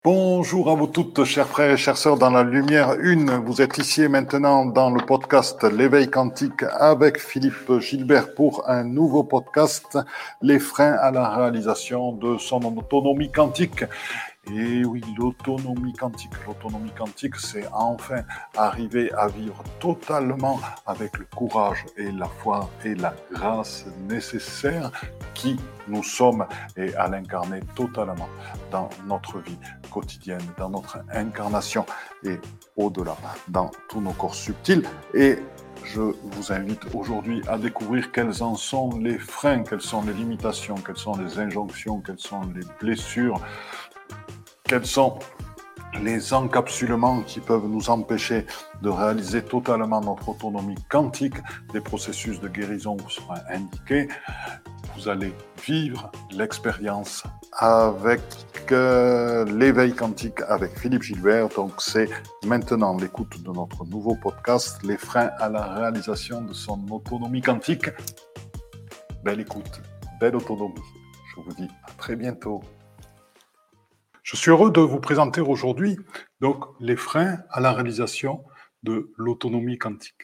Bonjour à vous toutes, chers frères et chères sœurs dans la lumière une. Vous êtes ici et maintenant dans le podcast L'éveil quantique avec Philippe Gilbert pour un nouveau podcast, les freins à la réalisation de son autonomie quantique. Et oui, l'autonomie quantique, c'est enfin arriver à vivre totalement avec le courage et la foi et la grâce nécessaires qui nous sommes et à l'incarner totalement dans notre vie quotidienne, dans notre incarnation et au-delà, dans tous nos corps subtils. Et je vous invite aujourd'hui à découvrir quels en sont les freins, quelles sont les limitations, quelles sont les injonctions, quelles sont les blessures, quels sont les encapsulements qui peuvent nous empêcher de réaliser totalement notre autonomie quantique. Des processus de guérison vous seront indiqués. Vous allez vivre l'expérience avec l'éveil quantique avec Philippe Gilbert. Donc c'est maintenant l'écoute de notre nouveau podcast, les freins à la réalisation de son autonomie quantique. Belle écoute, belle autonomie. Je vous dis à très bientôt. Je suis heureux de vous présenter aujourd'hui donc les freins à la réalisation de l'autonomie quantique.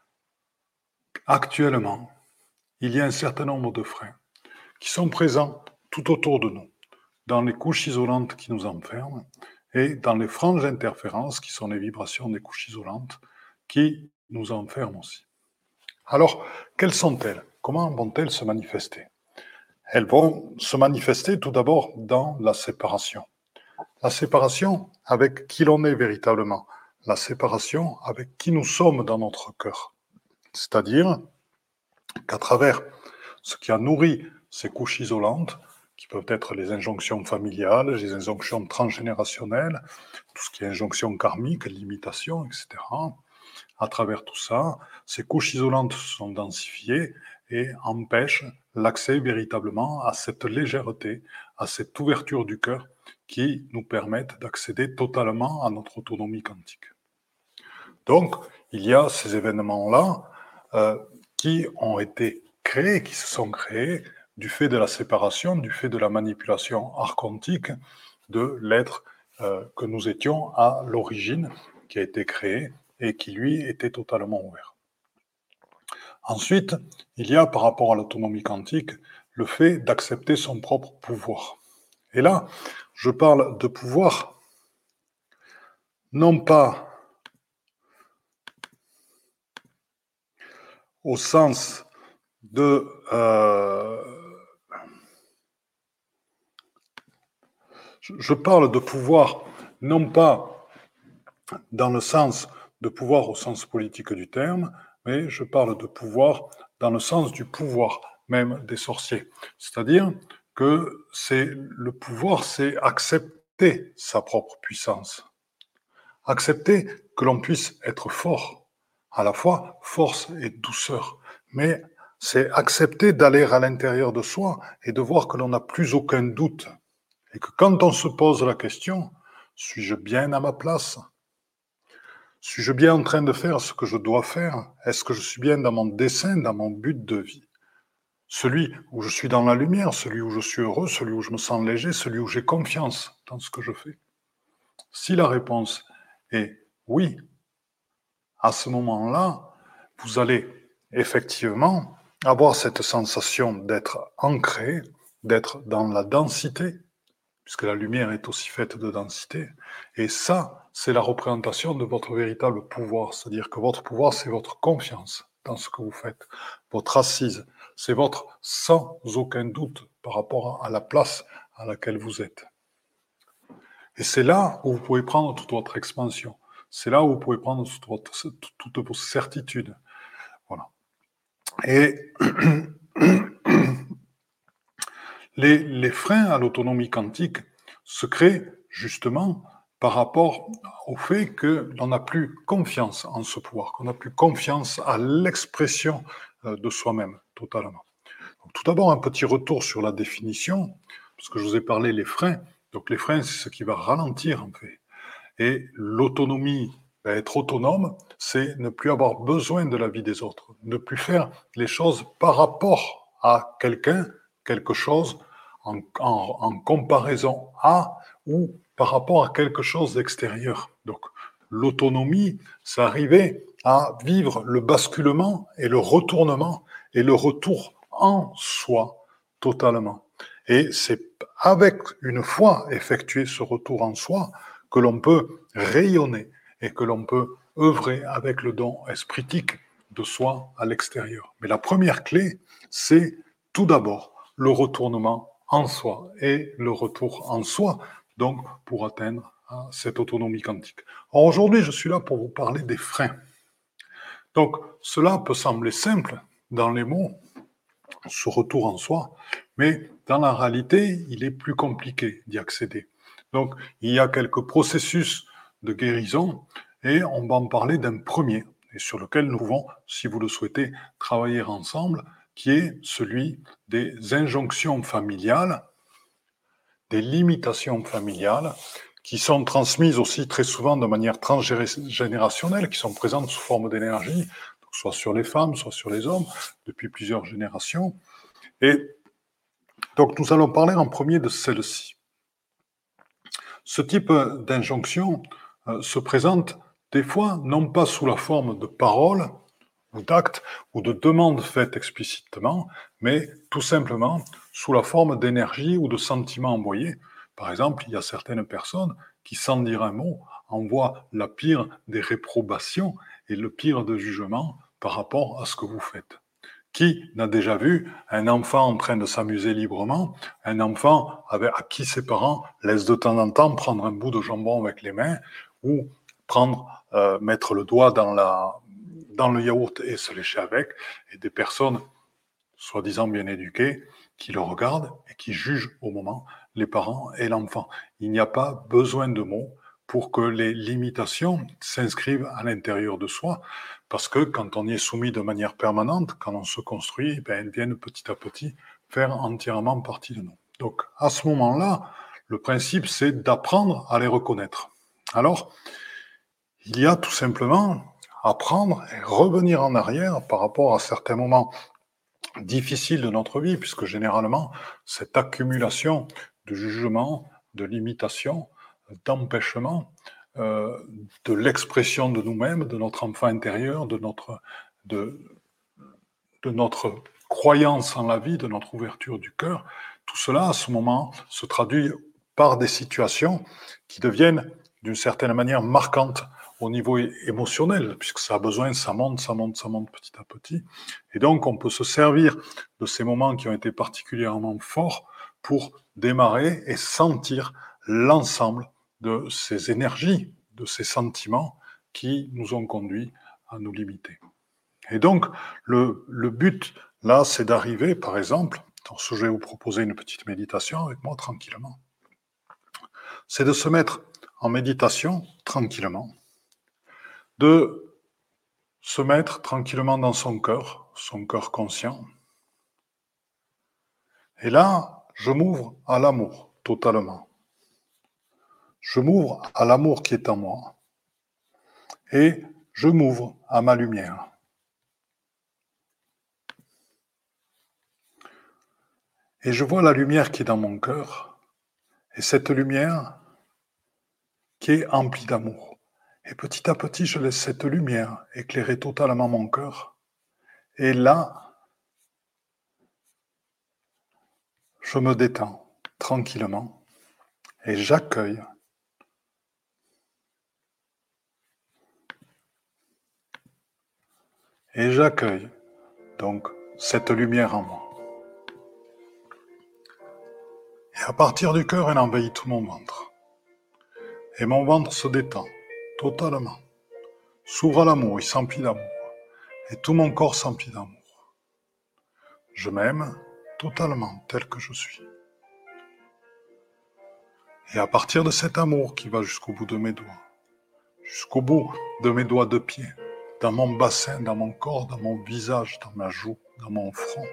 Actuellement, il y a un certain nombre de freins qui sont présents tout autour de nous, dans les couches isolantes qui nous enferment et dans les franges d'interférence qui sont les vibrations des couches isolantes qui nous enferment aussi. Alors, quelles sont-elles? Comment vont-elles se manifester? Elles vont se manifester tout d'abord dans la séparation. La séparation avec qui l'on est véritablement, la séparation avec qui nous sommes dans notre cœur. C'est-à-dire qu'à travers ce qui a nourri ces couches isolantes, qui peuvent être les injonctions familiales, les injonctions transgénérationnelles, tout ce qui est injonctions karmiques, limitations, etc. À travers tout ça, ces couches isolantes sont densifiées et empêchent l'accès véritablement à cette légèreté, à cette ouverture du cœur qui nous permettent d'accéder totalement à notre autonomie quantique. Donc, il y a ces événements-là qui ont été créés, qui se sont créés du fait de la séparation, du fait de la manipulation archontique de l'être que nous étions à l'origine, qui a été créé et qui, lui, était totalement ouvert. Ensuite, il y a, par rapport à l'autonomie quantique, le fait d'accepter son propre pouvoir. Et là, je parle de pouvoir, non pas au sens de... je parle de pouvoir, non pas dans le sens de pouvoir au sens politique du terme, mais je parle de pouvoir dans le sens du pouvoir même des sorciers. C'est-à-dire que le pouvoir, c'est accepter sa propre puissance. Accepter que l'on puisse être fort, à la fois force et douceur, mais c'est accepter d'aller à l'intérieur de soi et de voir que l'on n'a plus aucun doute. Et que quand on se pose la question, suis-je bien à ma place? Suis-je bien en train de faire ce que je dois faire? Est-ce que je suis bien dans mon dessein, dans mon but de vie? Celui où je suis dans la lumière, celui où je suis heureux, celui où je me sens léger, celui où j'ai confiance dans ce que je fais. Si la réponse est oui, à ce moment-là, vous allez effectivement avoir cette sensation d'être ancré, d'être dans la densité, puisque la lumière est aussi faite de densité. Et ça, c'est la représentation de votre véritable pouvoir. C'est-à-dire que votre pouvoir, c'est votre confiance dans ce que vous faites. Votre assise, c'est votre sans aucun doute par rapport à la place à laquelle vous êtes. Et c'est là où vous pouvez prendre toute votre expansion. C'est là où vous pouvez prendre toutes vos certitudes. Voilà. Et les freins à l'autonomie quantique se créent justement par rapport au fait que l'on n'a plus confiance en ce pouvoir, qu'on n'a plus confiance à l'expression de soi-même totalement. Donc, tout d'abord, un petit retour sur la définition, parce que je vous ai parlé des freins. Donc les freins, c'est ce qui va ralentir en fait. Et l'autonomie, être autonome, c'est ne plus avoir besoin de l'avis des autres, ne plus faire les choses par rapport à quelqu'un, quelque chose, en comparaison à, ou par rapport à quelque chose d'extérieur. Donc, l'autonomie, c'est arriver à vivre le basculement et le retournement et le retour en soi totalement. Et c'est avec une fois effectué ce retour en soi que l'on peut rayonner et que l'on peut œuvrer avec le don espritique de soi à l'extérieur. Mais la première clé, c'est tout d'abord le retournement en soi et le retour en soi, donc pour atteindre cette autonomie quantique. Alors aujourd'hui, je suis là pour vous parler des freins. Donc cela peut sembler simple dans les mots, ce retour en soi, mais dans la réalité, il est plus compliqué d'y accéder. Donc il y a quelques processus de guérison et on va en parler d'un premier, et sur lequel nous pouvons, si vous le souhaitez, travailler ensemble, qui est celui des injonctions familiales, des limitations familiales, qui sont transmises aussi très souvent de manière transgénérationnelle, qui sont présentes sous forme d'énergie, soit sur les femmes, soit sur les hommes, depuis plusieurs générations. Et donc nous allons parler en premier de celle-ci. Ce type d'injonction se présente des fois non pas sous la forme de paroles, ou d'actes, ou de demandes faites explicitement, mais tout simplement sous la forme d'énergie ou de sentiments envoyés. Par exemple, il y a certaines personnes qui, sans dire un mot, envoient la pire des réprobations et le pire de jugement par rapport à ce que vous faites. Qui n'a déjà vu un enfant en train de s'amuser librement, un enfant à qui ses parents laissent de temps en temps prendre un bout de jambon avec les mains ou mettre le doigt dans le yaourt et se lécher avec, et des personnes soi-disant bien éduquées qui le regardent et qui jugent au moment les parents et l'enfant. Il n'y a pas besoin de mots pour que les limitations s'inscrivent à l'intérieur de soi, parce que quand on y est soumis de manière permanente, quand on se construit, elles viennent petit à petit faire entièrement partie de nous. Donc à ce moment-là, le principe, c'est d'apprendre à les reconnaître. Alors, il y a tout simplement apprendre et revenir en arrière par rapport à certains moments difficiles de notre vie, puisque généralement, cette accumulation de jugements, de limitations, d'empêchements, de l'expression de nous-mêmes, de notre enfant intérieur, de notre croyance en la vie, de notre ouverture du cœur, tout cela, à ce moment, se traduit par des situations qui deviennent, d'une certaine manière, marquantes au niveau émotionnel, puisque ça a besoin, ça monte petit à petit. Et donc, on peut se servir de ces moments qui ont été particulièrement forts pour démarrer et sentir l'ensemble de ces énergies, de ces sentiments qui nous ont conduits à nous limiter. Et donc, le but, là, c'est d'arriver, par exemple, je vais vous proposer une petite méditation avec moi, tranquillement, c'est de se mettre en méditation, tranquillement, de se mettre tranquillement dans son cœur conscient. Et là, je m'ouvre à l'amour, totalement. Je m'ouvre à l'amour qui est en moi. Et je m'ouvre à ma lumière. Et je vois la lumière qui est dans mon cœur. Et cette lumière qui est emplie d'amour. Et petit à petit, je laisse cette lumière éclairer totalement mon cœur. Et là, je me détends tranquillement et j'accueille donc cette lumière en moi. Et à partir du cœur, elle envahit tout mon ventre. Et mon ventre se détend totalement, s'ouvre à l'amour, il s'emplit d'amour. Et tout mon corps s'emplit d'amour. Je m'aime totalement tel que je suis. Et à partir de cet amour qui va jusqu'au bout de mes doigts, jusqu'au bout de mes doigts de pied, dans mon bassin, dans mon corps, dans mon visage, dans ma joue, dans mon front,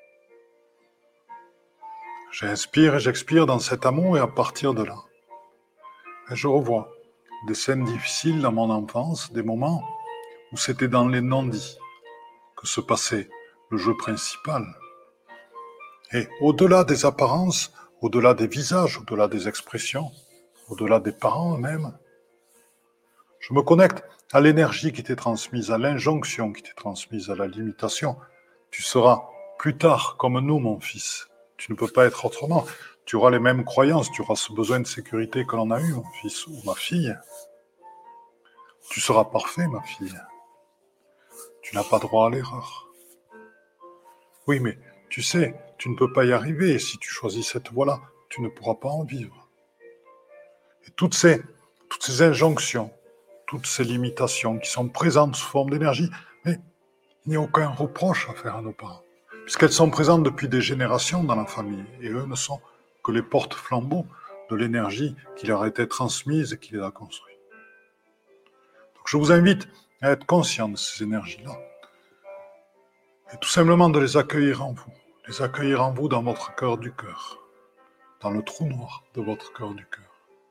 j'inspire et j'expire dans cet amour, et à partir de là, je revois des scènes difficiles dans mon enfance, des moments où c'était dans les non-dits que se passait le jeu principal. Et au-delà des apparences, au-delà des visages, au-delà des expressions, au-delà des parents eux-mêmes. Je me connecte à l'énergie qui t'est transmise, à l'injonction qui t'est transmise, à la limitation. Tu seras plus tard comme nous, mon fils. Tu ne peux pas être autrement. Tu auras les mêmes croyances, tu auras ce besoin de sécurité que l'on a eu, mon fils ou ma fille. Tu seras parfait, ma fille. Tu n'as pas droit à l'erreur. Oui, mais tu sais, tu ne peux pas y arriver, et si tu choisis cette voie-là, tu ne pourras pas en vivre. Et toutes ces injonctions, toutes ces limitations qui sont présentes sous forme d'énergie, mais il n'y a aucun reproche à faire à nos parents, puisqu'elles sont présentes depuis des générations dans la famille, et eux ne sont que les porte-flambeaux de l'énergie qui leur a été transmise et qui les a construits. Donc je vous invite à être conscient de ces énergies-là, et tout simplement de les accueillir en vous dans votre cœur du cœur, dans le trou noir de votre cœur du cœur,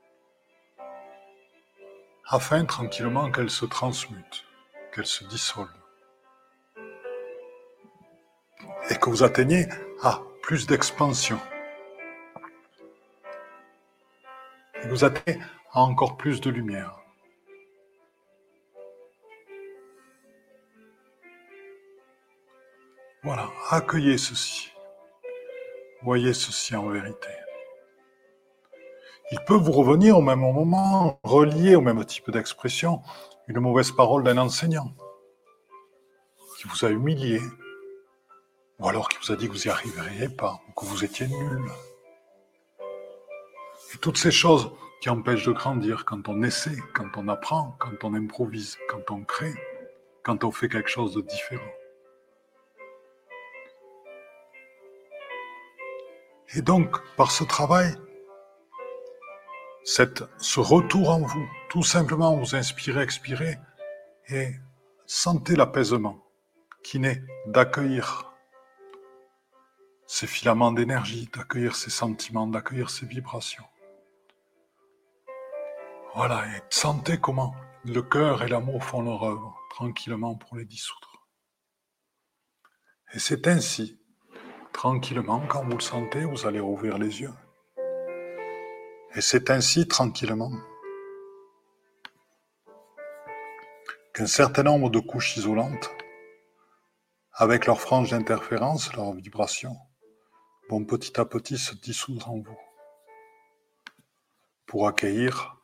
afin tranquillement qu'elles se transmutent, qu'elles se dissolvent, et que vous atteigniez à plus d'expansion, et que vous atteignez à encore plus de lumière. Voilà, accueillez ceci, voyez ceci en vérité. Il peut vous revenir au même moment, relié au même type d'expression, une mauvaise parole d'un enseignant qui vous a humilié, ou alors qui vous a dit que vous n'y arriveriez pas, ou que vous étiez nul. Et toutes ces choses qui empêchent de grandir quand on essaie, quand on apprend, quand on improvise, quand on crée, quand on fait quelque chose de différent. Et donc, par ce travail, ce retour en vous, tout simplement vous inspirez, expirez, et sentez l'apaisement qui naît d'accueillir ces filaments d'énergie, d'accueillir ces sentiments, d'accueillir ces vibrations. Voilà, et sentez comment le cœur et l'amour font leur œuvre, tranquillement pour les dissoudre. Et c'est ainsi, tranquillement, quand vous le sentez, vous allez rouvrir les yeux. Et c'est ainsi, tranquillement, qu'un certain nombre de couches isolantes, avec leurs franges d'interférence, leurs vibrations, vont petit à petit se dissoudre en vous, pour acquérir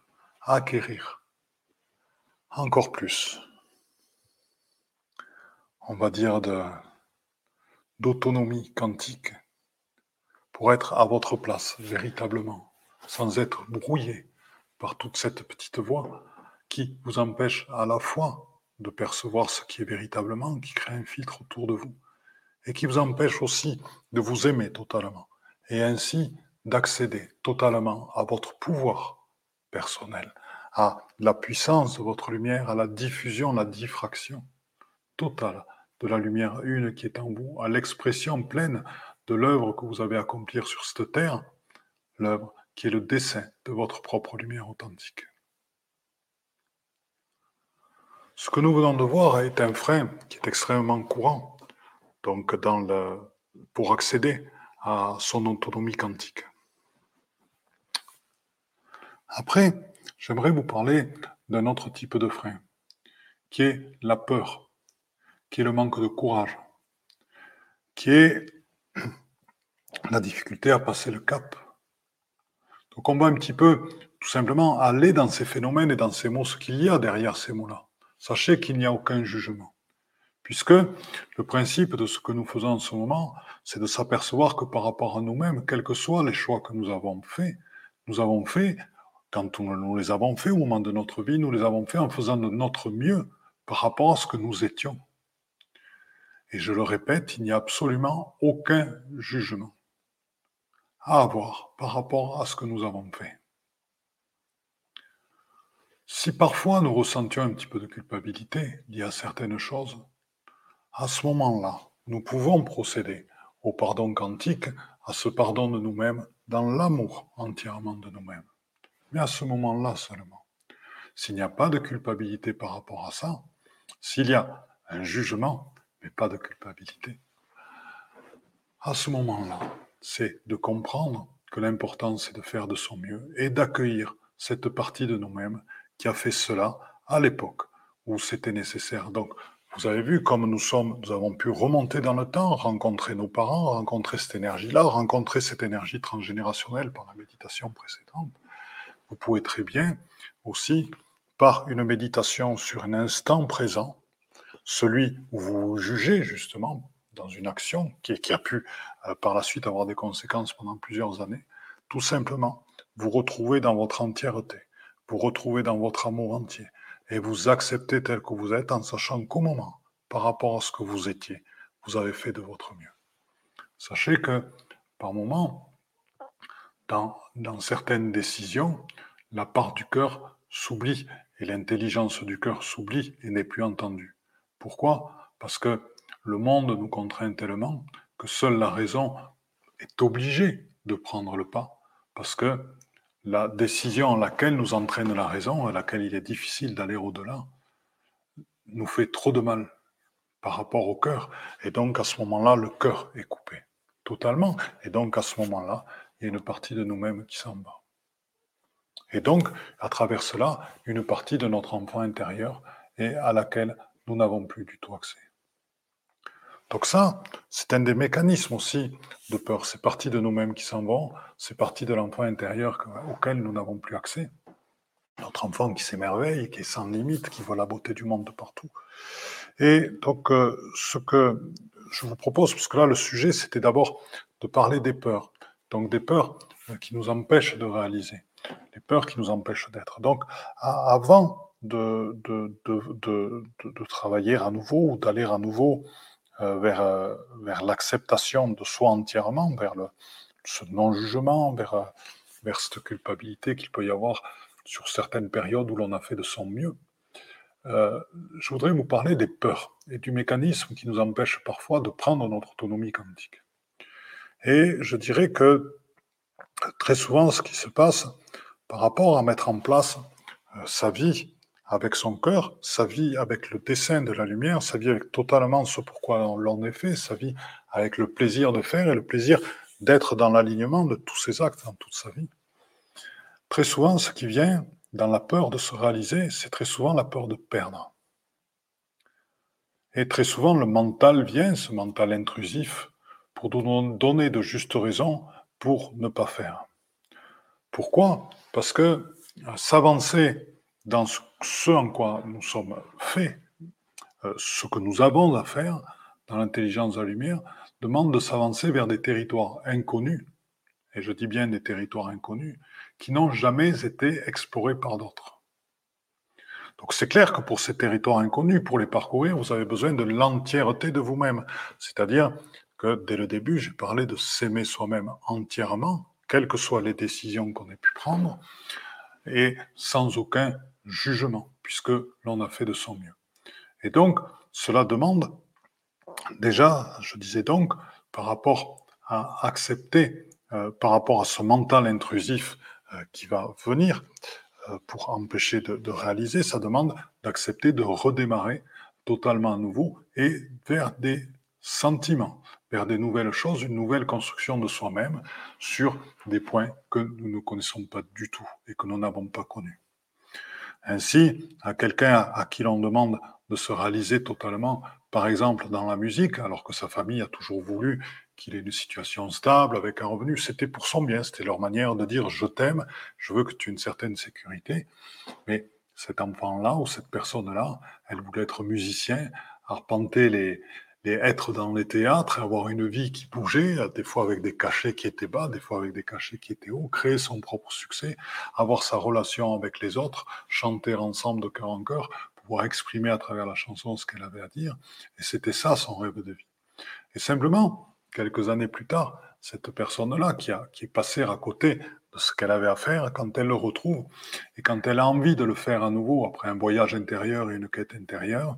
encore plus, on va dire, d'autonomie quantique, pour être à votre place, véritablement, sans être brouillé par toute cette petite voix qui vous empêche à la fois de percevoir ce qui est véritablement, qui crée un filtre autour de vous, et qui vous empêche aussi de vous aimer totalement, et ainsi d'accéder totalement à votre pouvoir personnel, à la puissance de votre lumière, à la diffusion, la diffraction totale de la lumière une qui est en vous, à l'expression pleine de l'œuvre que vous avez à accomplir sur cette terre, l'œuvre qui est le dessin de votre propre lumière authentique. Ce que nous venons de voir est un frein qui est extrêmement courant, donc pour accéder à son autonomie quantique. Après, j'aimerais vous parler d'un autre type de frein, qui est la peur, qui est le manque de courage, qui est la difficulté à passer le cap. Donc on va un petit peu, tout simplement, aller dans ces phénomènes et dans ces mots, ce qu'il y a derrière ces mots-là. Sachez qu'il n'y a aucun jugement. Puisque le principe de ce que nous faisons en ce moment, c'est de s'apercevoir que par rapport à nous-mêmes, quels que soient les choix que nous avons faits, quand nous les avons faits au moment de notre vie, nous les avons faits en faisant de notre mieux par rapport à ce que nous étions. Et je le répète, il n'y a absolument aucun jugement à avoir par rapport à ce que nous avons fait. Si parfois nous ressentions un petit peu de culpabilité liée à certaines choses, à ce moment-là, nous pouvons procéder au pardon quantique, à ce pardon de nous-mêmes, dans l'amour entièrement de nous-mêmes. Mais à ce moment-là seulement. S'il n'y a pas de culpabilité par rapport à ça, s'il y a un jugement, mais pas de culpabilité, à ce moment-là, c'est de comprendre que l'important, c'est de faire de son mieux et d'accueillir cette partie de nous-mêmes qui a fait cela à l'époque où c'était nécessaire. Donc, vous avez vu comme nous avons pu remonter dans le temps, rencontrer nos parents, rencontrer cette énergie-là, rencontrer cette énergie transgénérationnelle par la méditation précédente. Vous pouvez très bien aussi, par une méditation sur un instant présent, celui où vous vous jugez justement dans une action qui a pu par la suite avoir des conséquences pendant plusieurs années, tout simplement vous retrouver dans votre entièreté, vous retrouver dans votre amour entier, et vous accepter tel que vous êtes en sachant qu'au moment, par rapport à ce que vous étiez, vous avez fait de votre mieux. Sachez que par moment, dans certaines décisions, la part du cœur s'oublie et l'intelligence du cœur s'oublie et n'est plus entendue. Pourquoi? Parce que le monde nous contraint tellement que seule la raison est obligée de prendre le pas, parce que la décision à laquelle nous entraîne la raison, à laquelle il est difficile d'aller au-delà, nous fait trop de mal par rapport au cœur. Et donc à ce moment-là, le cœur est coupé totalement. Et donc à ce moment-là, il y a une partie de nous-mêmes qui s'en va. Et donc, à travers cela, une partie de notre enfant intérieur et à laquelle nous n'avons plus du tout accès. Donc ça, c'est un des mécanismes aussi de peur. C'est partie de nous-mêmes qui s'en vont, c'est partie de l'enfant intérieur auquel nous n'avons plus accès. Notre enfant qui s'émerveille, qui est sans limite, qui voit la beauté du monde de partout. Et donc, ce que je vous propose, parce que là, le sujet, c'était d'abord de parler des peurs. Donc, des peurs qui nous empêchent de réaliser, les peurs qui nous empêchent d'être. Donc, avant de travailler à nouveau ou d'aller à nouveau vers l'acceptation de soi entièrement, vers ce non-jugement, vers cette culpabilité qu'il peut y avoir sur certaines périodes où l'on a fait de son mieux, je voudrais vous parler des peurs et du mécanisme qui nous empêche parfois de prendre notre autonomie quantique. Et je dirais que très souvent, ce qui se passe par rapport à mettre en place sa vie avec son cœur, sa vie avec le dessein de la lumière, sa vie avec totalement ce pourquoi l'on est fait, sa vie avec le plaisir de faire et le plaisir d'être dans l'alignement de tous ses actes dans toute sa vie. Très souvent, ce qui vient dans la peur de se réaliser, c'est très souvent la peur de perdre. Et très souvent, le mental vient, ce mental intrusif, pour nous donner de justes raisons pour ne pas faire. Pourquoi? Parce que s'avancer dans ce en quoi nous sommes faits, ce que nous avons à faire dans l'intelligence de la lumière, demande de s'avancer vers des territoires inconnus, et je dis bien des territoires inconnus, qui n'ont jamais été explorés par d'autres. Donc c'est clair que pour ces territoires inconnus, pour les parcourir, vous avez besoin de l'entièreté de vous-même. C'est-à-dire que dès le début, j'ai parlé de s'aimer soi-même entièrement, quelles que soient les décisions qu'on ait pu prendre, et sans aucun jugement, puisque l'on a fait de son mieux. Et donc, cela demande, déjà, je disais donc, par rapport à accepter, par rapport à ce mental intrusif qui va venir, pour empêcher de réaliser, ça demande d'accepter de redémarrer totalement à nouveau et vers des sentiments, vers des nouvelles choses, une nouvelle construction de soi-même sur des points que nous ne connaissons pas du tout et que nous n'avons pas connus. Ainsi, à quelqu'un à qui l'on demande de se réaliser totalement, par exemple dans la musique, alors que sa famille a toujours voulu qu'il ait une situation stable avec un revenu, c'était pour son bien, c'était leur manière de dire je t'aime, je veux que tu aies une certaine sécurité. Mais cet enfant-là ou cette personne-là, elle voulait être musicien, arpenter être dans les théâtres, avoir une vie qui bougeait, des fois avec des cachets qui étaient bas, des fois avec des cachets qui étaient hauts, créer son propre succès, avoir sa relation avec les autres, chanter ensemble de cœur en cœur, pouvoir exprimer à travers la chanson ce qu'elle avait à dire. Et c'était ça son rêve de vie. Et simplement, quelques années plus tard, cette personne-là qui est passée à côté de ce qu'elle avait à faire, quand elle le retrouve, et quand elle a envie de le faire à nouveau après un voyage intérieur et une quête intérieure,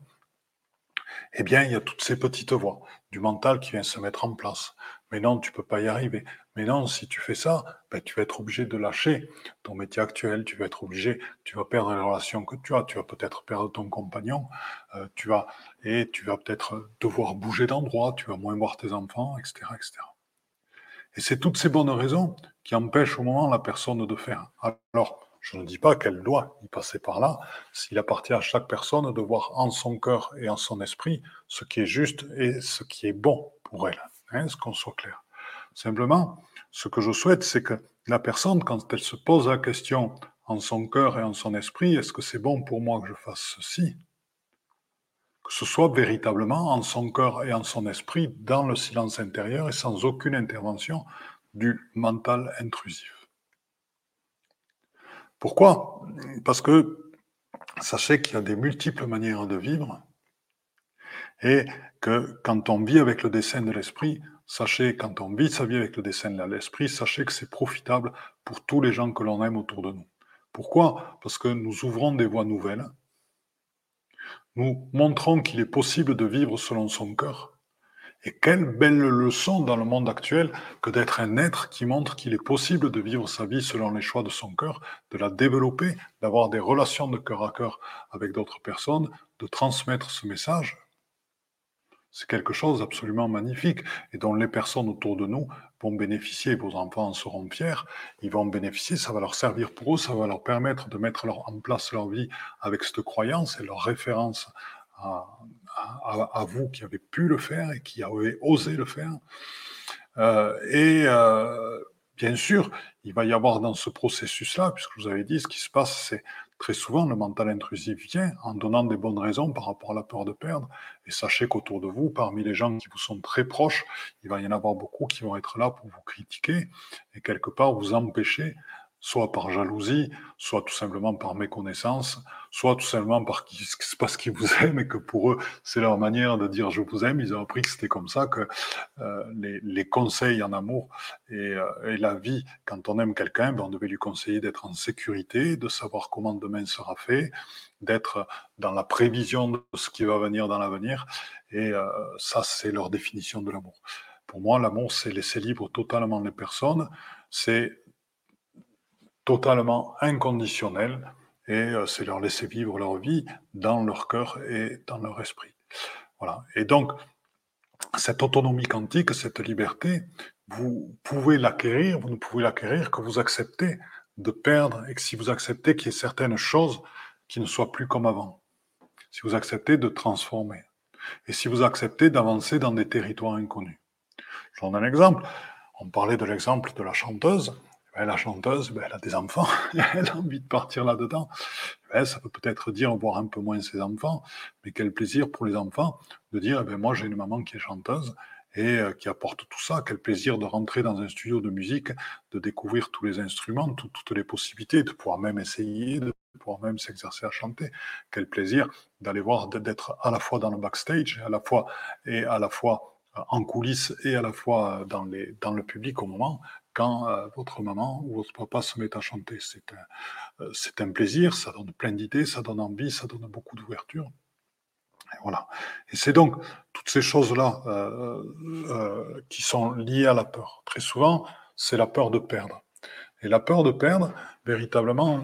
eh bien, il y a toutes ces petites voix du mental qui viennent se mettre en place. Mais non, tu peux pas y arriver. Mais non, si tu fais ça, ben, tu vas être obligé de lâcher ton métier actuel, tu vas être obligé, tu vas perdre les relations que tu vas peut-être perdre ton compagnon, tu vas peut-être devoir bouger d'endroit, tu vas moins voir tes enfants, etc., etc. Et c'est toutes ces bonnes raisons qui empêchent au moment la personne de faire. Alors, Je ne dis pas qu'elle doit y passer par là. S'il appartient à chaque personne de voir en son cœur et en son esprit ce qui est juste et ce qui est bon pour elle, hein, ce qu'on soit clair. Simplement, ce que je souhaite, c'est que la personne, quand elle se pose la question en son cœur et en son esprit, est-ce que c'est bon pour moi que je fasse ceci? Que ce soit véritablement en son cœur et en son esprit, dans le silence intérieur et sans aucune intervention du mental intrusif. Pourquoi? Parce que sachez qu'il y a des multiples manières de vivre et que quand on vit avec le dessein de l'esprit, sachez, quand on vit sa vie avec le dessein de l'esprit, sachez que c'est profitable pour tous les gens que l'on aime autour de nous. Pourquoi? Parce que nous ouvrons des voies nouvelles, nous montrons qu'il est possible de vivre selon son cœur. Et quelle belle leçon dans le monde actuel que d'être un être qui montre qu'il est possible de vivre sa vie selon les choix de son cœur, de la développer, d'avoir des relations de cœur à cœur avec d'autres personnes, de transmettre ce message. C'est quelque chose d'absolument magnifique et dont les personnes autour de nous vont bénéficier. Vos enfants en seront fiers, ils vont bénéficier, ça va leur servir pour eux, ça va leur permettre de mettre en place leur vie avec cette croyance et leur référence à, à vous qui avez pu le faire et qui avez osé le faire. Bien sûr, il va y avoir dans ce processus-là, puisque je vous avais dit, ce qui se passe, c'est très souvent le mental intrusif vient en donnant des bonnes raisons par rapport à la peur de perdre. Et sachez qu'autour de vous, parmi les gens qui vous sont très proches, il va y en avoir beaucoup qui vont être là pour vous critiquer et quelque part vous empêcher, soit par jalousie, soit tout simplement par méconnaissance, soit tout simplement parce qu'ils vous aiment et que pour eux, c'est leur manière de dire je vous aime. Ils ont appris que c'était comme ça, que les conseils en amour et la vie, quand on aime quelqu'un, ben on devait lui conseiller d'être en sécurité, de savoir comment demain sera fait, d'être dans la prévision de ce qui va venir dans l'avenir. Et ça, c'est leur définition de l'amour. Pour moi, l'amour, c'est laisser libre totalement les personnes, c'est totalement inconditionnel et c'est leur laisser vivre leur vie dans leur cœur et dans leur esprit. Voilà. Et donc, cette autonomie quantique, cette liberté, vous pouvez l'acquérir, vous ne pouvez l'acquérir que vous acceptez de perdre et que si vous acceptez qu'il y ait certaines choses qui ne soient plus comme avant, si vous acceptez de transformer et si vous acceptez d'avancer dans des territoires inconnus. Je donne un exemple. On parlait de l'exemple de la chanteuse. La chanteuse, elle a des enfants, elle a envie de partir là-dedans. Ça peut peut-être dire voir un peu moins ses enfants, mais quel plaisir pour les enfants de dire, moi j'ai une maman qui est chanteuse et qui apporte tout ça. Quel plaisir de rentrer dans un studio de musique, de découvrir tous les instruments, toutes les possibilités, de pouvoir même essayer, de pouvoir même s'exercer à chanter. Quel plaisir d'aller voir, d'être à la fois dans le backstage, à la fois en coulisses et à la fois dans le public au moment quand votre maman ou votre papa se met à chanter. C'est un plaisir, ça donne plein d'idées, ça donne envie, ça donne beaucoup d'ouverture. Et voilà. Et c'est donc toutes ces choses-là qui sont liées à la peur. Très souvent, c'est la peur de perdre. Et la peur de perdre, véritablement,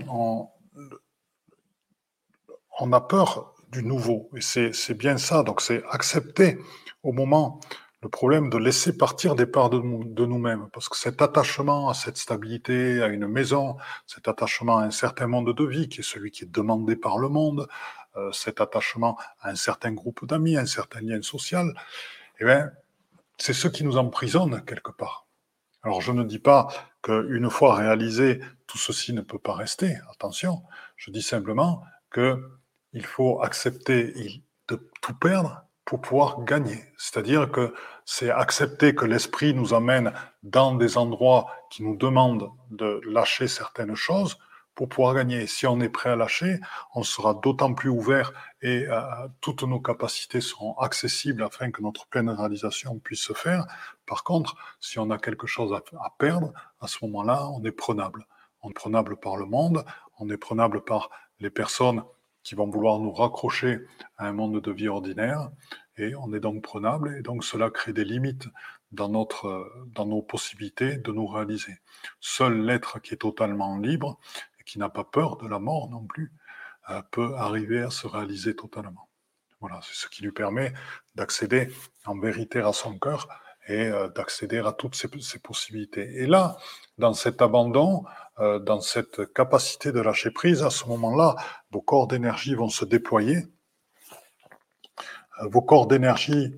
on a peur du nouveau. Et c'est bien ça. Donc c'est accepter au moment le problème de laisser partir des parts de nous-mêmes. Parce que cet attachement à cette stabilité, à une maison, cet attachement à un certain monde de vie, qui est celui qui est demandé par le monde, cet attachement à un certain groupe d'amis, un certain lien social, eh bien, c'est ce qui nous emprisonne quelque part. Alors je ne dis pas qu'une fois réalisé, tout ceci ne peut pas rester, attention, je dis simplement qu'il faut accepter de tout perdre pour pouvoir gagner. C'est-à-dire que c'est accepter que l'esprit nous amène dans des endroits qui nous demandent de lâcher certaines choses pour pouvoir gagner. Si on est prêt à lâcher, on sera d'autant plus ouvert et toutes nos capacités seront accessibles afin que notre pleine réalisation puisse se faire. Par contre, si on a quelque chose à perdre, à ce moment-là, on est prenable. On est prenable par le monde, on est prenable par les personnes qui vont vouloir nous raccrocher à un monde de vie ordinaire, et on est donc prenable, et donc cela crée des limites dans nos possibilités de nous réaliser. Seul l'être qui est totalement libre, et qui n'a pas peur de la mort non plus, peut arriver à se réaliser totalement. Voilà, c'est ce qui lui permet d'accéder en vérité à son cœur et d'accéder à toutes ces possibilités. Et là, dans cet abandon, dans cette capacité de lâcher prise, à ce moment-là, vos corps d'énergie vont se déployer. Vos corps d'énergie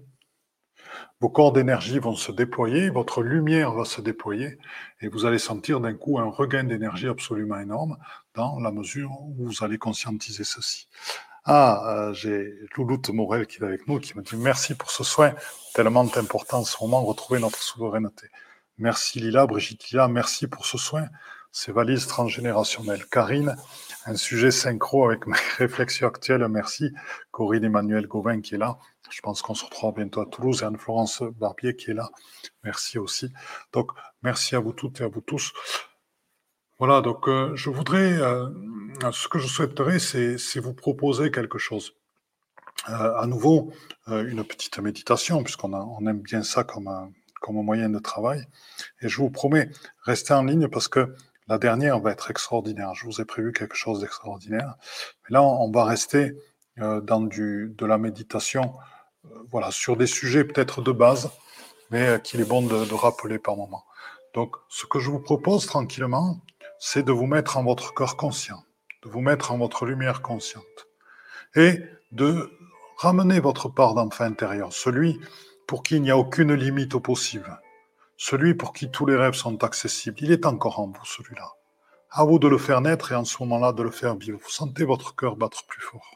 vont se déployer, votre lumière va se déployer, et vous allez sentir d'un coup un regain d'énergie absolument énorme dans la mesure où vous allez conscientiser ceci. J'ai Louloute Morel qui est avec nous, qui me dit merci pour ce soin, tellement important en ce moment, retrouver notre souveraineté. Merci Lila, Brigitte Lila, merci pour ce soin, ces valises transgénérationnelles. Karine, un sujet synchro avec mes réflexions actuelles, merci. Corinne Emmanuel Gauvin qui est là, je pense qu'on se retrouvera bientôt à Toulouse, et Anne-Florence Barbier qui est là, merci aussi. Donc, merci à vous toutes et à vous tous. Voilà, donc je voudrais, ce que je souhaiterais, c'est vous proposer quelque chose. À nouveau, une petite méditation, on aime bien ça comme moyen de travail. Et je vous promets, restez en ligne parce que la dernière va être extraordinaire. Je vous ai prévu quelque chose d'extraordinaire. Mais là, on va rester dans de la méditation, voilà, sur des sujets peut-être de base, mais qu'il est bon de rappeler par moment. Donc, ce que je vous propose tranquillement, c'est de vous mettre en votre corps conscient, de vous mettre en votre lumière consciente, et de ramener votre part d'enfant intérieur, celui pour qui il n'y a aucune limite au possible, celui pour qui tous les rêves sont accessibles. Il est encore en vous, celui-là. À vous de le faire naître et en ce moment-là de le faire vivre. Vous sentez votre cœur battre plus fort.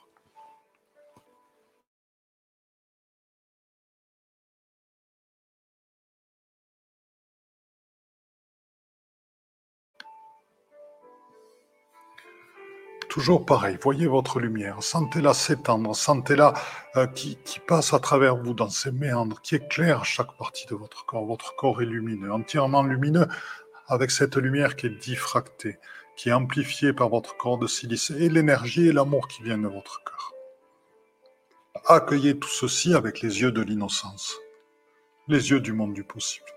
Toujours pareil, voyez votre lumière, sentez-la s'étendre, sentez-la qui passe à travers vous dans ces méandres, qui éclaire chaque partie de votre corps. Votre corps est lumineux, entièrement lumineux, avec cette lumière qui est diffractée, qui est amplifiée par votre corps de silice, et l'énergie et l'amour qui viennent de votre cœur. Accueillez tout ceci avec les yeux de l'innocence, les yeux du monde du possible.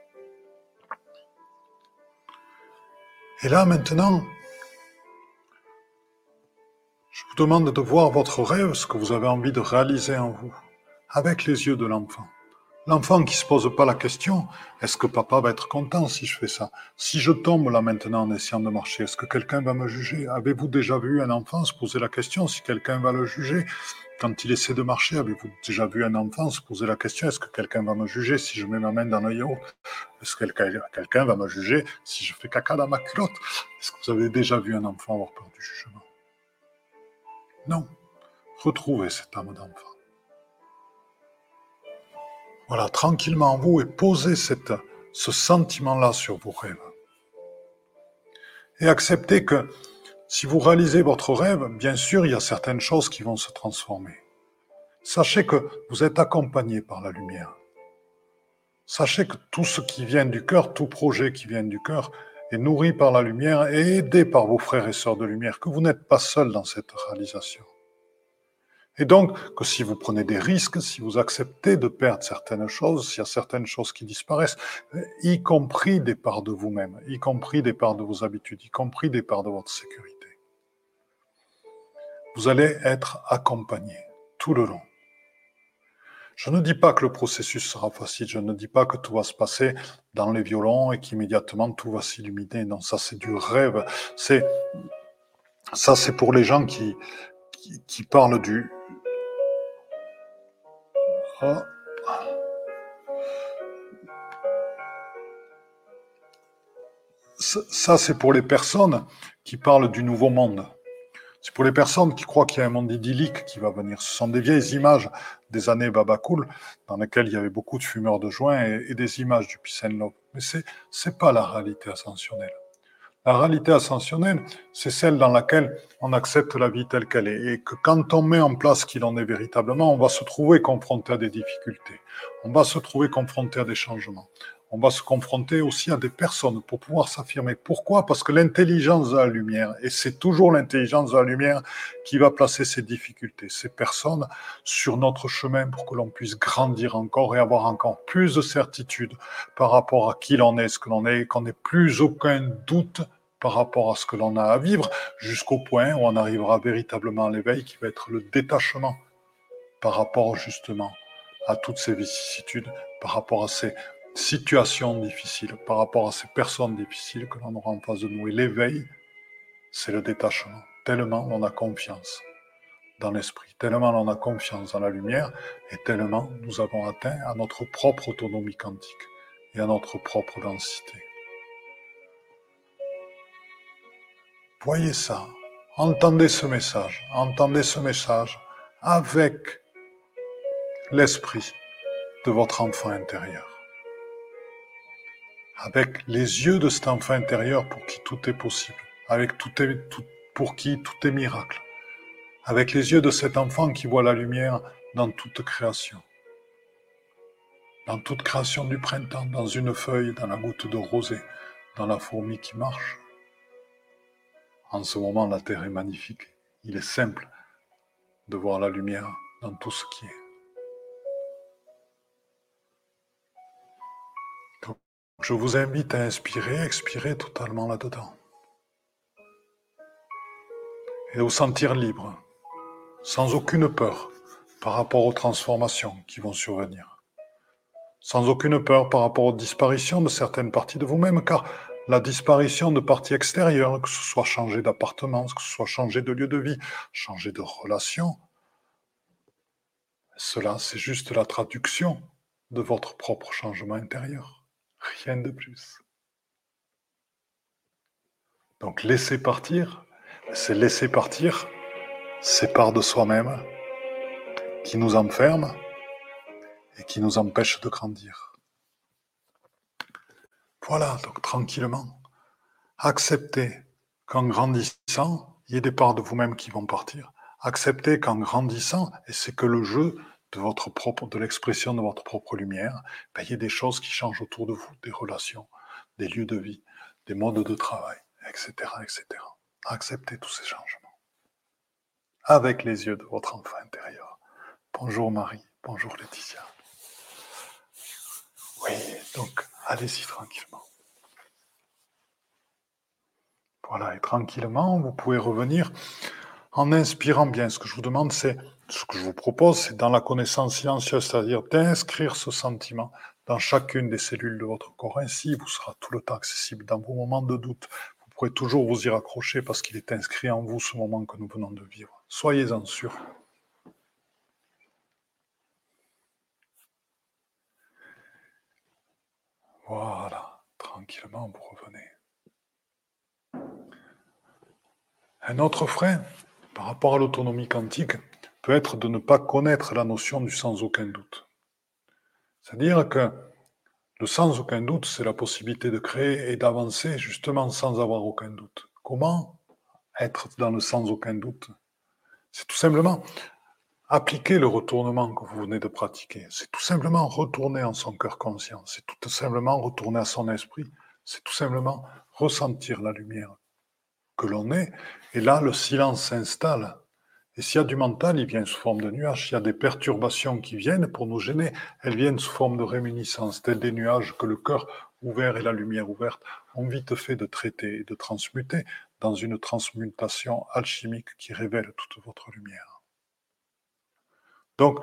Et là, maintenant, je vous demande de voir votre rêve, ce que vous avez envie de réaliser en vous, avec les yeux de l'enfant. L'enfant qui ne se pose pas la question, est-ce que papa va être content si je fais ça? Si je tombe là maintenant en essayant de marcher, est-ce que quelqu'un va me juger? Avez-vous déjà vu un enfant se poser la question si quelqu'un va le juger? Quand il essaie de marcher, avez-vous déjà vu un enfant se poser la question, est-ce que quelqu'un va me juger si je mets ma main dans le yaourt? Est-ce que quelqu'un va me juger si je fais caca dans ma culotte? Est-ce que vous avez déjà vu un enfant avoir peur du jugement? Non. Retrouvez cette âme d'enfant. Voilà, tranquillement en vous, et posez ce sentiment-là sur vos rêves. Et acceptez que si vous réalisez votre rêve, bien sûr, il y a certaines choses qui vont se transformer. Sachez que vous êtes accompagné par la lumière. Sachez que tout ce qui vient du cœur, tout projet qui vient du cœur, est nourri par la lumière et aidé par vos frères et sœurs de lumière, que vous n'êtes pas seul dans cette réalisation. Et donc, que si vous prenez des risques, si vous acceptez de perdre certaines choses, s'il y a certaines choses qui disparaissent, y compris des parts de vous-même, y compris des parts de vos habitudes, y compris des parts de votre sécurité, vous allez être accompagné tout le long. Je ne dis pas que le processus sera facile, je ne dis pas que tout va se passer dans les violons et qu'immédiatement tout va s'illuminer. Non, ça c'est du rêve. Ça c'est pour les gens qui parlent du... Ah. Ça, c'est pour les personnes qui parlent du nouveau monde. C'est pour les personnes qui croient qu'il y a un monde idyllique qui va venir. Ce sont des vieilles images des années Babacool, dans lesquelles il y avait beaucoup de fumeurs de joints et des images du peace and love. Mais c'est pas la réalité ascensionnelle. La réalité ascensionnelle, c'est celle dans laquelle on accepte la vie telle qu'elle est. Et que quand on met en place qui l'on est véritablement, on va se trouver confronté à des difficultés. On va se trouver confronté à des changements. On va se confronter aussi à des personnes pour pouvoir s'affirmer. Pourquoi? Parce que l'intelligence de la lumière, et c'est toujours l'intelligence de la lumière qui va placer ces difficultés, ces personnes sur notre chemin pour que l'on puisse grandir encore et avoir encore plus de certitude par rapport à qui l'on est, ce que l'on est, et qu'on n'ait plus aucun doute par rapport à ce que l'on a à vivre, jusqu'au point où on arrivera véritablement à l'éveil, qui va être le détachement par rapport justement à toutes ces vicissitudes, par rapport à ces situations difficiles, par rapport à ces personnes difficiles que l'on aura en face de nous. Et l'éveil, c'est le détachement. Tellement on a confiance dans l'esprit, tellement on a confiance dans la lumière, et tellement nous avons atteint à notre propre autonomie quantique et à notre propre densité. Voyez ça, entendez ce message avec l'esprit de votre enfant intérieur, avec les yeux de cet enfant intérieur pour qui tout est possible, pour qui tout est miracle, avec les yeux de cet enfant qui voit la lumière dans toute création du printemps, dans une feuille, dans la goutte de rosée, dans la fourmi qui marche. En ce moment, la terre est magnifique. Il est simple de voir la lumière dans tout ce qui est. Donc, je vous invite à inspirer, expirer totalement là-dedans. Et à vous sentir libre, sans aucune peur par rapport aux transformations qui vont survenir. Sans aucune peur par rapport aux disparitions de certaines parties de vous-même, car la disparition de parties extérieures, que ce soit changer d'appartement, que ce soit changer de lieu de vie, changer de relation, cela, c'est juste la traduction de votre propre changement intérieur. Rien de plus. Donc laisser partir, c'est laisser partir ces parts de soi-même qui nous enferment et qui nous empêchent de grandir. Voilà, donc tranquillement, acceptez qu'en grandissant, il y ait des parts de vous-même qui vont partir. Acceptez qu'en grandissant, et c'est que le jeu de l'expression de votre propre lumière, il y ait des choses qui changent autour de vous, des relations, des lieux de vie, des modes de travail, etc., etc. Acceptez tous ces changements avec les yeux de votre enfant intérieur. Bonjour Marie, bonjour Laetitia. Oui, donc allez-y tranquillement. Voilà, et tranquillement, vous pouvez revenir en inspirant bien. Ce que je vous propose, c'est dans la connaissance silencieuse, c'est-à-dire d'inscrire ce sentiment dans chacune des cellules de votre corps. Ainsi, vous sera tout le temps accessible. Dans vos moments de doute, vous pourrez toujours vous y raccrocher parce qu'il est inscrit en vous ce moment que nous venons de vivre. Soyez-en sûrs. Voilà, tranquillement, vous revenez. Un autre frein, par rapport à l'autonomie quantique, peut être de ne pas connaître la notion du sans aucun doute. C'est-à-dire que le sans aucun doute, c'est la possibilité de créer et d'avancer justement sans avoir aucun doute. Comment être dans le sans aucun doute? C'est tout simplement appliquer le retournement que vous venez de pratiquer. C'est tout simplement retourner en son cœur conscient. C'est tout simplement retourner à son esprit. C'est tout simplement ressentir la lumière que l'on est. Et là, le silence s'installe. Et s'il y a du mental, il vient sous forme de nuages. S'il y a des perturbations qui viennent pour nous gêner, elles viennent sous forme de réminiscences, tels des nuages que le cœur ouvert et la lumière ouverte ont vite fait de traiter et de transmuter dans une transmutation alchimique qui révèle toute votre lumière. Donc,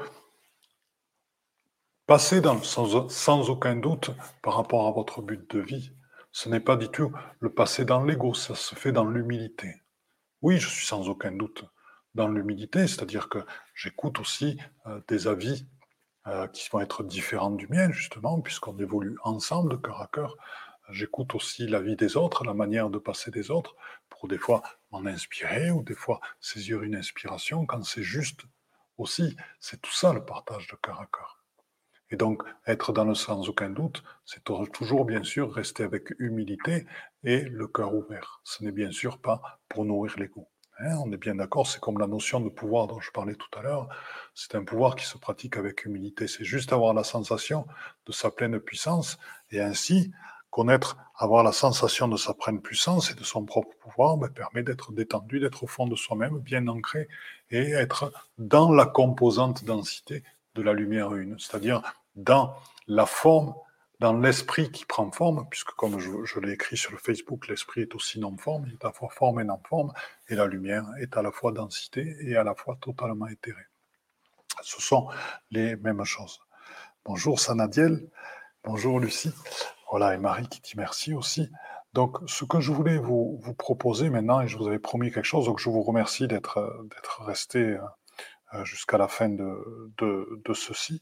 passer sans aucun doute par rapport à votre but de vie, ce n'est pas du tout le passer dans l'ego, ça se fait dans l'humilité. Oui, je suis sans aucun doute dans l'humilité, c'est-à-dire que j'écoute aussi des avis qui vont être différents du mien, justement, puisqu'on évolue ensemble de cœur à cœur. J'écoute aussi l'avis des autres, la manière de passer des autres, pour des fois m'en inspirer ou des fois saisir une inspiration quand c'est juste aussi. C'est tout ça le partage de cœur à cœur. Et donc, être dans le sans aucun doute, c'est toujours, bien sûr, rester avec humilité et le cœur ouvert. Ce n'est bien sûr pas pour nourrir l'ego. On est bien d'accord, c'est comme la notion de pouvoir dont je parlais tout à l'heure. C'est un pouvoir qui se pratique avec humilité. C'est juste avoir la sensation de sa pleine puissance et ainsi connaître, avoir la sensation de sa pleine puissance et de son propre pouvoir permet d'être détendu, d'être au fond de soi-même, bien ancré et être dans la composante densité de la lumière une, c'est-à-dire dans la forme, dans l'esprit qui prend forme, puisque comme je l'ai écrit sur le Facebook, l'esprit est aussi non-forme, il est à la fois forme et non-forme, et la lumière est à la fois densité et à la fois totalement éthérée. Ce sont les mêmes choses. Bonjour Sanadiel, Bonjour Lucie. Voilà, et Marie qui dit merci aussi. Donc, ce que je voulais vous proposer maintenant, et je vous avais promis quelque chose, donc je vous remercie d'être resté jusqu'à la fin de ceci.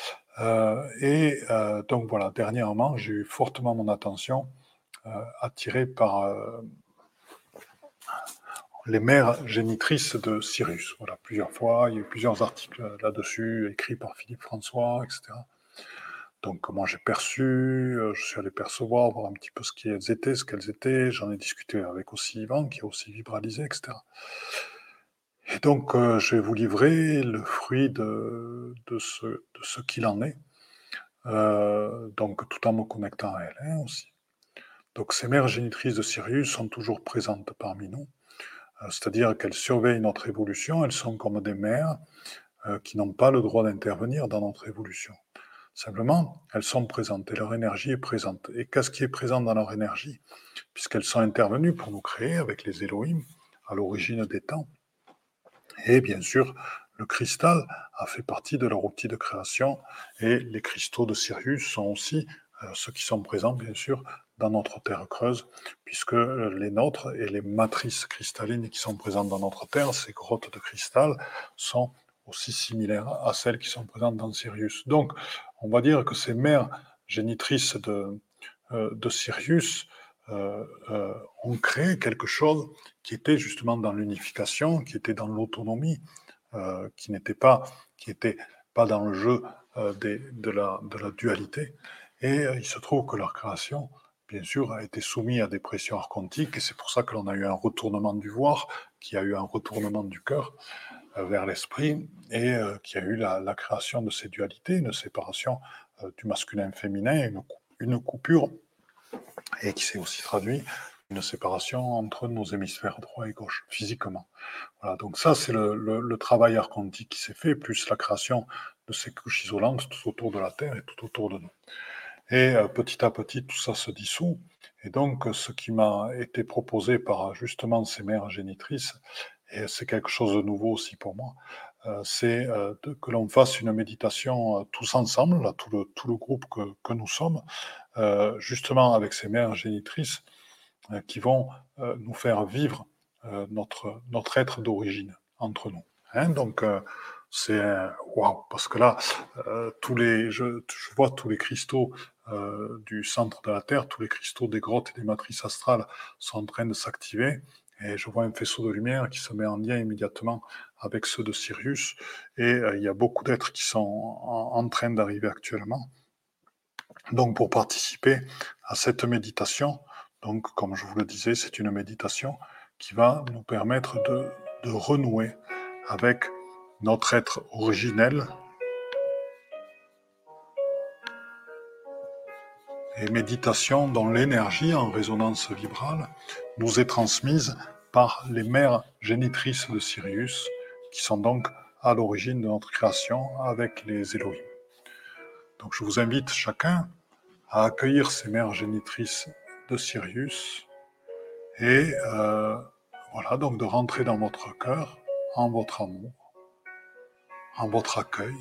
Donc voilà, dernièrement, j'ai eu fortement mon attention attirée par les mères génitrices de Sirius. Voilà, plusieurs fois, il y a eu plusieurs articles là-dessus, écrits par Philippe François, etc. Donc, moi j'ai perçu, je suis allé percevoir, voir un petit peu ce qu'elles étaient. J'en ai discuté avec aussi Yvan, qui a aussi vibralisé, etc. Et donc, je vais vous livrer le fruit de ce qu'il en est, donc tout en me connectant à elle hein, aussi. Donc, ces mères génitrices de Sirius sont toujours présentes parmi nous, c'est-à-dire qu'elles surveillent notre évolution, elles sont comme des mères qui n'ont pas le droit d'intervenir dans notre évolution. Simplement, elles sont présentes et leur énergie est présente. Et qu'est-ce qui est présent dans leur énergie? Puisqu'elles sont intervenues pour nous créer avec les Elohim à l'origine des temps. Et bien sûr, le cristal a fait partie de leur outil de création et les cristaux de Sirius sont aussi ceux qui sont présents, bien sûr, dans notre terre creuse, puisque les nôtres et les matrices cristallines qui sont présentes dans notre terre, ces grottes de cristal, sont aussi similaires à celles qui sont présentes dans Sirius. Donc, on va dire que ces mères génitrices de Sirius ont créé quelque chose qui était justement dans l'unification, qui était dans l'autonomie, qui n'était pas, qui était pas dans le jeu de la dualité. Et il se trouve que leur création, bien sûr, a été soumise à des pressions archontiques, et c'est pour ça que l'on a eu un retournement du voir, qui a eu un retournement du cœur vers l'esprit, et qui a eu la création de ces dualités, une séparation du masculin-féminin, une coupure, et qui s'est aussi traduit une séparation entre nos hémisphères droit et gauche, physiquement. Voilà, donc ça, c'est le travail archontique qui s'est fait, plus la création de ces couches isolantes tout autour de la Terre et tout autour de nous. Et petit à petit, tout ça se dissout. Et donc, ce qui m'a été proposé par justement ces mères génitrices, et c'est quelque chose de nouveau aussi pour moi, c'est que l'on fasse une méditation tous ensemble, là, tout le groupe que nous sommes, justement avec ces mères génitrices qui vont nous faire vivre notre être d'origine entre nous. Hein, donc, c'est waouh, parce que là, je vois tous les cristaux du centre de la Terre, tous les cristaux des grottes et des matrices astrales sont en train de s'activer. Et je vois un faisceau de lumière qui se met en lien immédiatement avec ceux de Sirius. Et il y a beaucoup d'êtres qui sont en train d'arriver actuellement. Donc, pour participer à cette méditation, donc, comme je vous le disais, c'est une méditation qui va nous permettre de renouer avec notre être originel, et méditation dont l'énergie en résonance vibrale nous est transmise par les mères génitrices de Sirius, qui sont donc à l'origine de notre création avec les Elohim. Donc je vous invite chacun à accueillir ces mères génitrices de Sirius et voilà, donc de rentrer dans votre cœur, en votre amour, en votre accueil.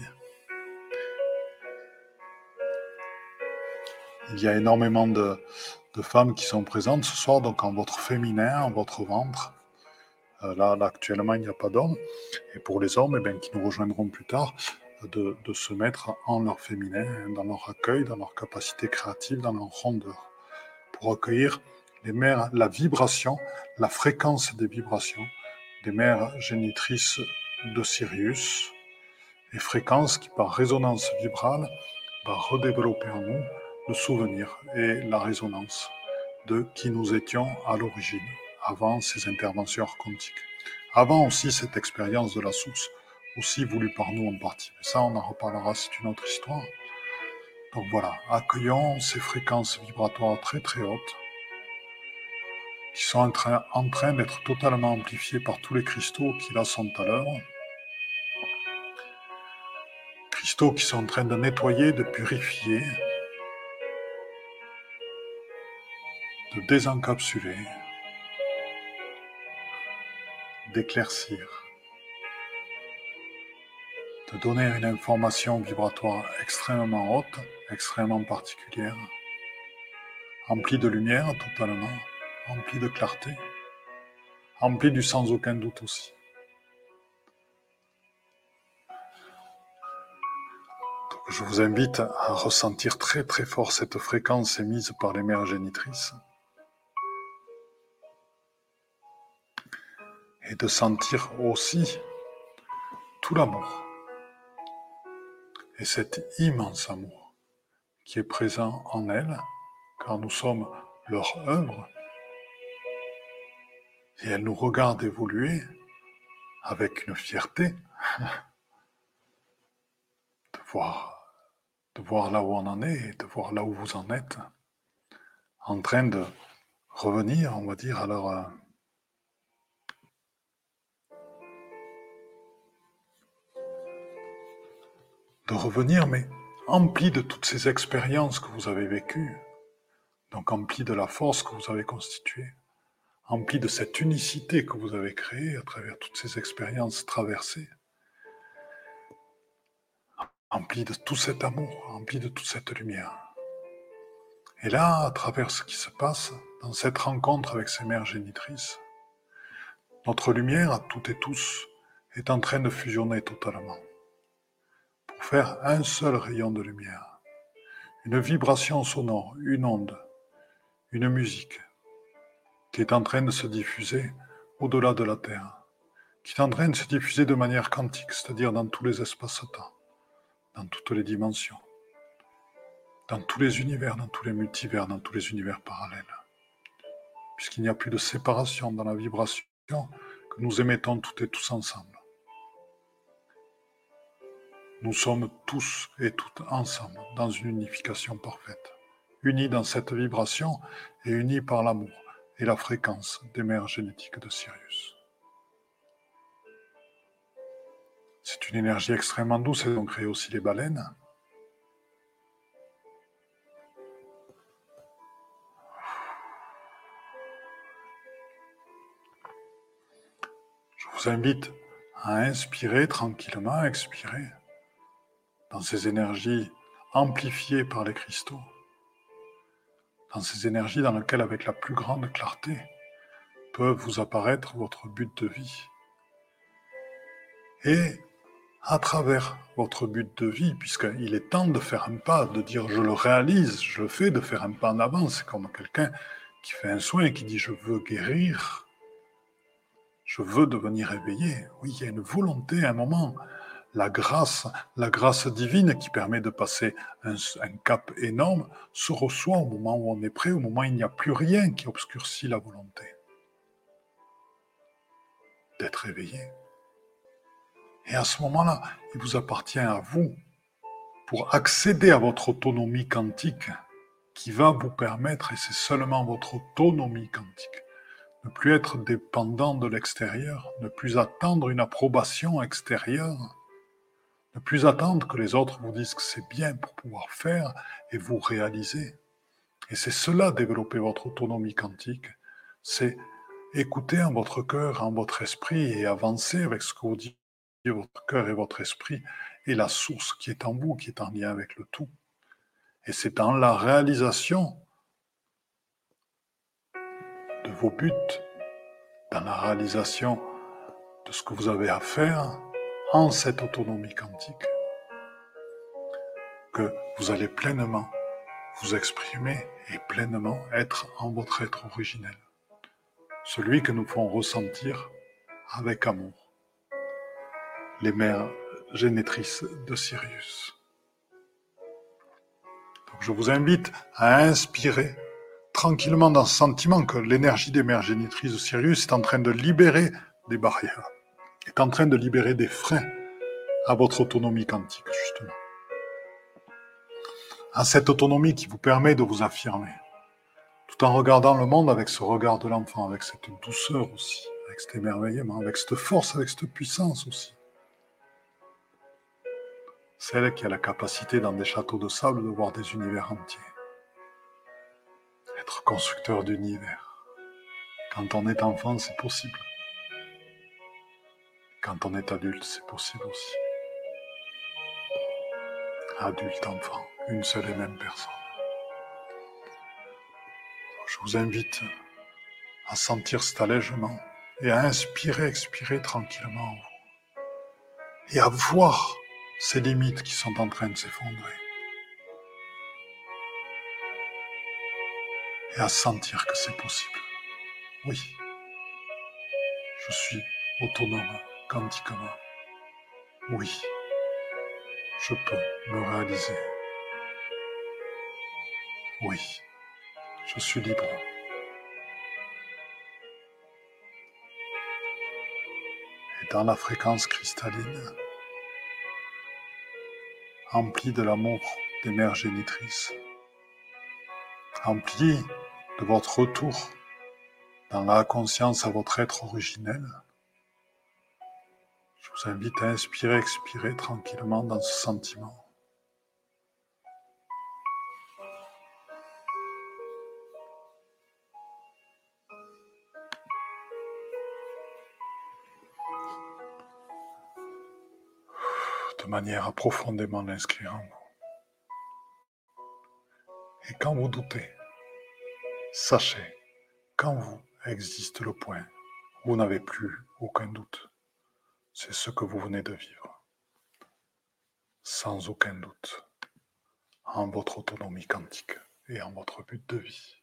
Il y a énormément de femmes qui sont présentes ce soir, donc en votre féminin, en votre ventre. Là, actuellement, il n'y a pas d'hommes. Et pour les hommes, qui nous rejoindront plus tard, de se mettre en leur féminin, dans leur accueil, dans leur capacité créative, dans leur rondeur, pour accueillir les mères, la vibration, la fréquence des vibrations des mères génitrices de Sirius, et fréquences qui, par résonance vibrale, va redévelopper en nous le souvenir et la résonance de qui nous étions à l'origine, avant ces interventions quantiques. Avant aussi cette expérience de la source, aussi voulue par nous en partie. Mais ça, on en reparlera, c'est une autre histoire. Donc voilà, accueillons ces fréquences vibratoires très très hautes, qui sont en train d'être totalement amplifiées par tous les cristaux qui là sont à l'œuvre. Cristaux qui sont en train de nettoyer, de purifier, de désencapsuler, d'éclaircir. de donner une information vibratoire extrêmement haute, extrêmement particulière, emplie de lumière totalement, emplie de clarté, emplie du sans aucun doute aussi. Donc je vous invite à ressentir très très fort cette fréquence émise par les mères génitrices et de sentir aussi tout l'amour et cet immense amour qui est présent en elles, car nous sommes leur œuvre, et elles nous regardent évoluer avec une fierté de voir là où on en est, et de voir là où vous en êtes, en train de revenir, on va dire, à leur... de revenir, mais empli de toutes ces expériences que vous avez vécues, donc empli de la force que vous avez constituée, empli de cette unicité que vous avez créée à travers toutes ces expériences traversées, empli de tout cet amour, empli de toute cette lumière. Et là, à travers ce qui se passe, dans cette rencontre avec ces mères génitrices, notre lumière, à toutes et tous, est en train de fusionner totalement pour faire un seul rayon de lumière, une vibration sonore, une onde, une musique qui est en train de se diffuser au-delà de la Terre, qui est en train de se diffuser de manière quantique, c'est-à-dire dans tous les espaces-temps, dans toutes les dimensions, dans tous les univers, dans tous les multivers, dans tous les univers parallèles. Puisqu'il n'y a plus de séparation dans la vibration que nous émettons toutes et tous ensemble. Nous sommes tous et toutes ensemble dans une unification parfaite, unis dans cette vibration et unis par l'amour et la fréquence des mères génétiques de Sirius. C'est une énergie extrêmement douce et donc crée aussi les baleines. Je vous invite à inspirer tranquillement, à expirer dans ces énergies amplifiées par les cristaux, dans ces énergies dans lesquelles, avec la plus grande clarté, peuvent vous apparaître votre but de vie. Et à travers votre but de vie, puisqu'il est temps de faire un pas, de dire je le réalise, je le fais, de faire un pas en avant. C'est comme quelqu'un qui fait un soin et qui dit je veux guérir, je veux devenir éveillé. Oui, il y a une volonté, un moment, la grâce divine qui permet de passer un cap énorme se reçoit au moment où on est prêt, au moment où il n'y a plus rien qui obscurcit la volonté d'être éveillé. Et à ce moment-là, il vous appartient à vous, pour accéder à votre autonomie quantique, qui va vous permettre, et c'est seulement votre autonomie quantique, ne plus être dépendant de l'extérieur, ne plus attendre une approbation extérieure, ne plus attendre que les autres vous disent que c'est bien pour pouvoir faire et vous réaliser. Et c'est cela, développer votre autonomie quantique, c'est écouter en votre cœur, en votre esprit et avancer avec ce que vous dit votre cœur et votre esprit et la source qui est en vous, qui est en lien avec le tout. Et c'est dans la réalisation de vos buts, dans la réalisation de ce que vous avez à faire en cette autonomie quantique, que vous allez pleinement vous exprimer et pleinement être en votre être originel, celui que nous font ressentir avec amour les mères génétrices de Sirius. Donc je vous invite à inspirer tranquillement dans ce sentiment que l'énergie des mères génitrices de Sirius est en train de libérer des barrières, est en train de libérer des freins à votre autonomie quantique, justement. À cette autonomie qui vous permet de vous affirmer, tout en regardant le monde avec ce regard de l'enfant, avec cette douceur aussi, avec cet émerveillement, avec cette force, avec cette puissance aussi. Celle qui a la capacité dans des châteaux de sable de voir des univers entiers. Être constructeur d'univers. Quand on est enfant, c'est possible. Quand on est adulte, c'est possible aussi. adulte, enfant, une seule et même personne. Je vous invite à sentir cet allègement et à inspirer, expirer tranquillement en vous. Et à voir ces limites qui sont en train de s'effondrer. Et à sentir que c'est possible. Oui, je suis autonome quantiquement. Oui, je peux me réaliser. Oui, je suis libre. Et dans la fréquence cristalline, emplie de l'amour des mères génitrices, emplie de votre retour dans la conscience à votre être originel, je vous invite à inspirer, expirer tranquillement dans ce sentiment. De manière à profondément l'inscrire en vous. Et quand vous doutez, sachez qu'en vous existe le point où vous n'avez plus aucun doute. C'est ce que vous venez de vivre. Sans aucun doute. En votre autonomie quantique et en votre but de vie.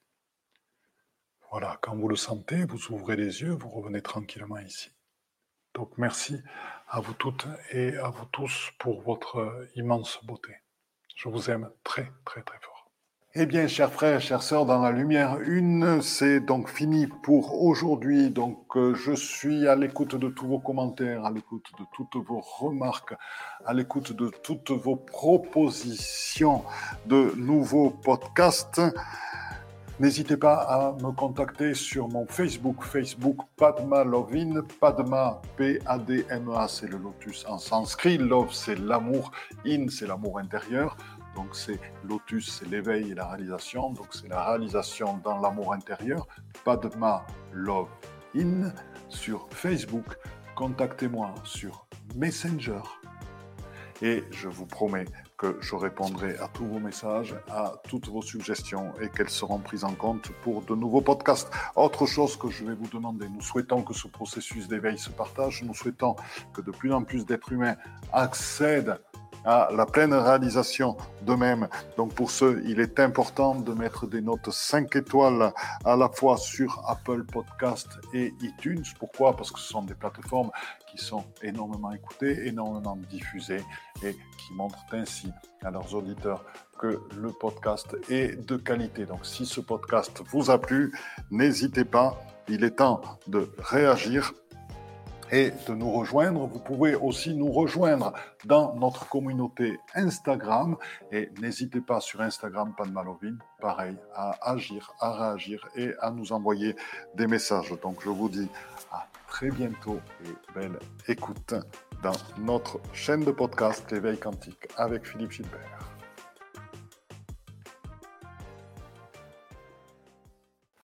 Voilà, quand vous le sentez, vous ouvrez les yeux, vous revenez tranquillement ici. Donc merci à vous toutes et à vous tous pour votre immense beauté. Je vous aime très très très fort. Eh bien, chers frères, chères sœurs, dans la lumière une, c'est donc fini pour aujourd'hui. Donc, je suis à l'écoute de tous vos commentaires, à l'écoute de toutes vos remarques, à l'écoute de toutes vos propositions de nouveaux podcasts. N'hésitez pas à me contacter sur mon Facebook Padma Lovin, Padma, P-A-D-M-A, c'est le lotus en sanskrit, Love, c'est l'amour, In, c'est l'amour intérieur, donc c'est lotus, c'est l'éveil et la réalisation, donc c'est la réalisation dans l'amour intérieur, Padma Love In, sur Facebook, contactez-moi sur Messenger, et je vous promets que je répondrai à tous vos messages, à toutes vos suggestions et qu'elles seront prises en compte pour de nouveaux podcasts. Autre chose que je vais vous demander, nous souhaitons que ce processus d'éveil se partage, nous souhaitons que de plus en plus d'êtres humains accèdent à la pleine réalisation d'eux-mêmes. Donc pour ce, il est important de mettre des notes 5 étoiles à la fois sur Apple Podcast et iTunes. Pourquoi ? Parce que ce sont des plateformes qui sont énormément écoutées, énormément diffusées et qui montrent ainsi à leurs auditeurs que le podcast est de qualité. Donc si ce podcast vous a plu, n'hésitez pas, il est temps de réagir et de nous rejoindre. Vous pouvez aussi nous rejoindre dans notre communauté Instagram et n'hésitez pas sur Instagram Padma Lovin, pareil, à agir, à réagir et à nous envoyer des messages. Donc je vous dis à très bientôt et belle écoute dans notre chaîne de podcast L'éveil quantique avec Philippe Gilbert.